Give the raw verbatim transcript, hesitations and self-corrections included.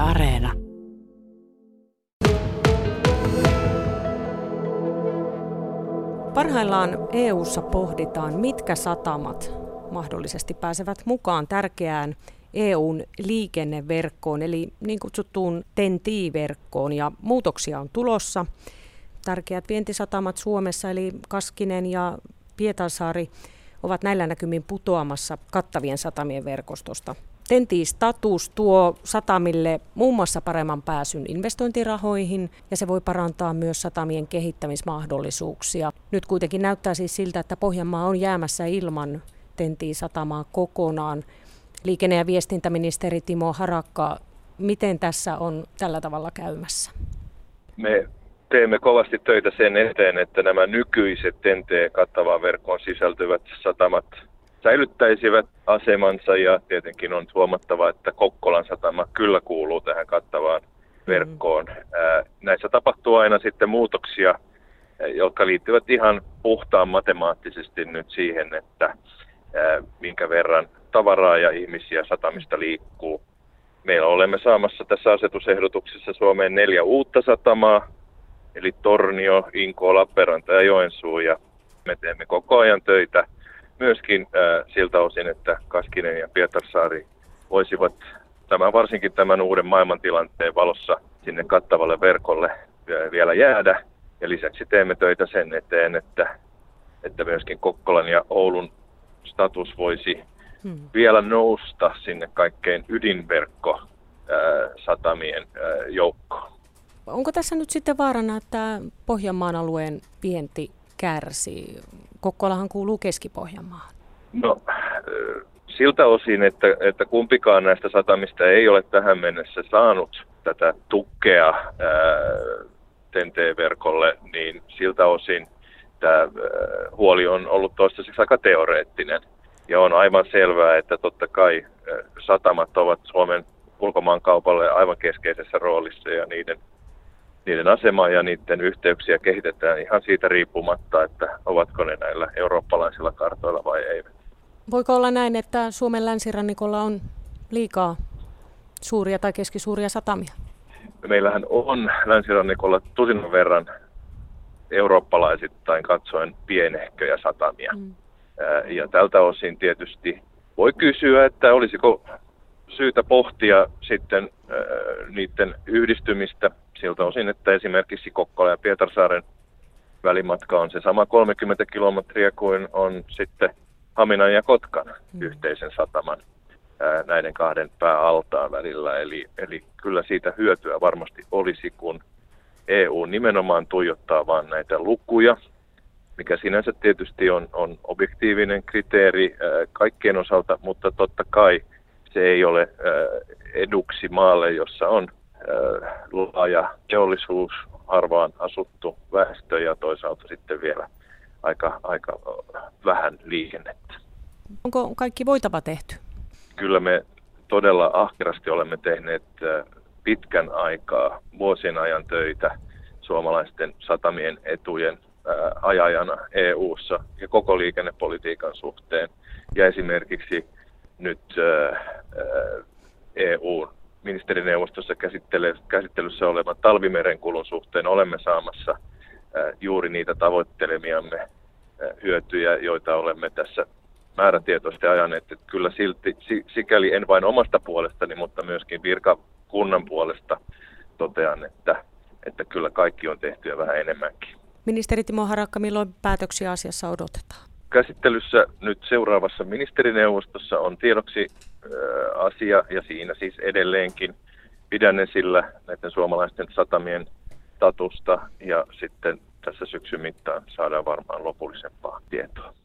Areena. Parhaillaan E U:ssa pohditaan, mitkä satamat mahdollisesti pääsevät mukaan tärkeään E U:n liikenneverkkoon, eli niin kutsuttuun T E N T-verkkoon, ja muutoksia on tulossa. Tärkeät vientisatamat Suomessa, eli Kaskinen ja Pietarsaari, ovat näillä näkymin putoamassa kattavien satamien verkostosta. T E N T-status tuo satamille muun muassa paremman pääsyn investointirahoihin, ja se voi parantaa myös satamien kehittämismahdollisuuksia. Nyt kuitenkin näyttää siis siltä, että Pohjanmaa on jäämässä ilman T E N T-satamaa kokonaan. Liikenne- ja viestintäministeri Timo Harakka, miten tässä on tällä tavalla käymässä? Me teemme kovasti töitä sen eteen, että nämä nykyiset T E N T-kattavaan verkkoon sisältyvät satamat säilyttäisivät asemansa, ja tietenkin on huomattava, että Kokkolan satama kyllä kuuluu tähän kattavaan verkkoon. Mm. Näissä tapahtuu aina sitten muutoksia, jotka liittyvät ihan puhtaan matemaattisesti nyt siihen, että minkä verran tavaraa ja ihmisiä satamista liikkuu. Meillä olemme saamassa tässä asetusehdotuksessa Suomeen neljä uutta satamaa, eli Tornio, Inkoo, Lappeenranta ja Joensuu, ja me teemme koko ajan töitä myöskin äh, siltä osin, että Kaskinen ja Pietarsaari voisivat tämän, varsinkin tämän uuden maailmantilanteen valossa sinne kattavalle verkolle äh, vielä jäädä. Ja lisäksi teemme töitä sen eteen, että, että myöskin Kokkolan ja Oulun status voisi hmm. vielä nousta sinne kaikkein ydinverkko äh, satamien äh, joukkoon. Onko tässä nyt sitten vaarana, että Pohjanmaan alueen vienti kärsii? Kokkolahan kuuluu Keski-Pohjanmaahan. No siltä osin, että, että kumpikaan näistä satamista ei ole tähän mennessä saanut tätä tukea ää, T E N T-verkolle, niin siltä osin tämä ää, huoli on ollut toistaiseksi aika teoreettinen. Ja on aivan selvää, että totta kai ää, satamat ovat Suomen ulkomaankaupalle aivan keskeisessä roolissa, ja niiden Niiden asemaa ja niiden yhteyksiä kehitetään ihan siitä riippumatta, että ovatko ne näillä eurooppalaisilla kartoilla vai eivät. Voiko olla näin, että Suomen länsirannikolla on liikaa suuria tai keskisuuria satamia? Meillähän on länsirannikolla tusinan verran eurooppalaisittain katsoen pienehköjä satamia. Mm. Ja tältä osin tietysti voi kysyä, että olisiko syytä pohtia sitten äh, niiden yhdistymistä siltä osin, että esimerkiksi Kokkola ja Pietarsaaren välimatka on se sama kolmekymmentä kilometriä kuin on sitten Haminan ja Kotkan mm. yhteisen sataman äh, näiden kahden pääaltaan välillä. Eli, eli kyllä siitä hyötyä varmasti olisi, kun E U nimenomaan tuijottaa vain näitä lukuja, mikä sinänsä tietysti on, on objektiivinen kriteeri äh, kaikkien osalta, mutta totta kai se ei ole äh, eduksi maalle, jossa on äh, laaja teollisuus, harvaan asuttu väestö ja toisaalta sitten vielä aika, aika vähän liikennettä. Onko kaikki voitava tehty? Kyllä me todella ahkerasti olemme tehneet äh, pitkän aikaa, vuosien ajan töitä suomalaisten satamien etujen äh, ajajana E U:ssa ja koko liikennepolitiikan suhteen. Ja esimerkiksi nyt E U-ministerineuvostossa käsittelyssä olevan talvimerenkulun suhteen olemme saamassa juuri niitä tavoittelemiamme hyötyjä, joita olemme tässä määrätietoisesti ajaneet. Että kyllä silti, sikäli en vain omasta puolestani, mutta myöskin virkakunnan puolesta totean, että, että kyllä kaikki on tehty ja vähän enemmänkin. Ministeri Timo Harakka, milloin päätöksiä asiassa odotetaan? Käsittelyssä nyt seuraavassa ministerineuvostossa on tiedoksi ä, asia, ja siinä siis edelleenkin pidän esillä näiden suomalaisten satamien statusta, ja sitten tässä syksyn mittaan saadaan varmaan lopullisempaa tietoa.